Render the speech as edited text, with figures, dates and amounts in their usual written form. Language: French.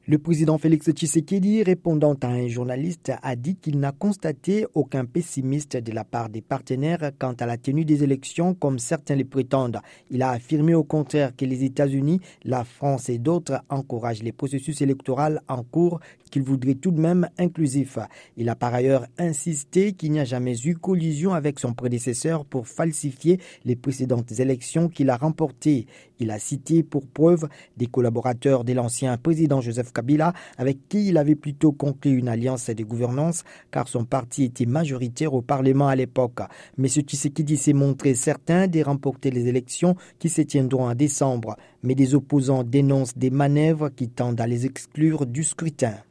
Le président Félix Tshisekedi, répondant à un journaliste, a dit qu'il n'a constaté aucun pessimiste de la part des partenaires quant à la tenue des élections comme certains le prétendent. Il a affirmé au contraire que les États-Unis, la France et d'autres encouragent les processus électoraux en cours qu'il voudrait tout de même inclusifs. Il a par ailleurs insisté qu'il n'y a jamais eu collusion avec son prédécesseur pour falsifier les précédentes élections qu'il a remportées. Il a cité pour preuve des collaborateurs de l'ancien président Joseph Kabila, avec qui il avait plutôt conclu une alliance de gouvernance, car son parti était majoritaire au Parlement à l'époque. M. Tshisekedi s'est montré certain de remporter les élections qui se tiendront en décembre, mais des opposants dénoncent des manœuvres qui tendent à les exclure du scrutin.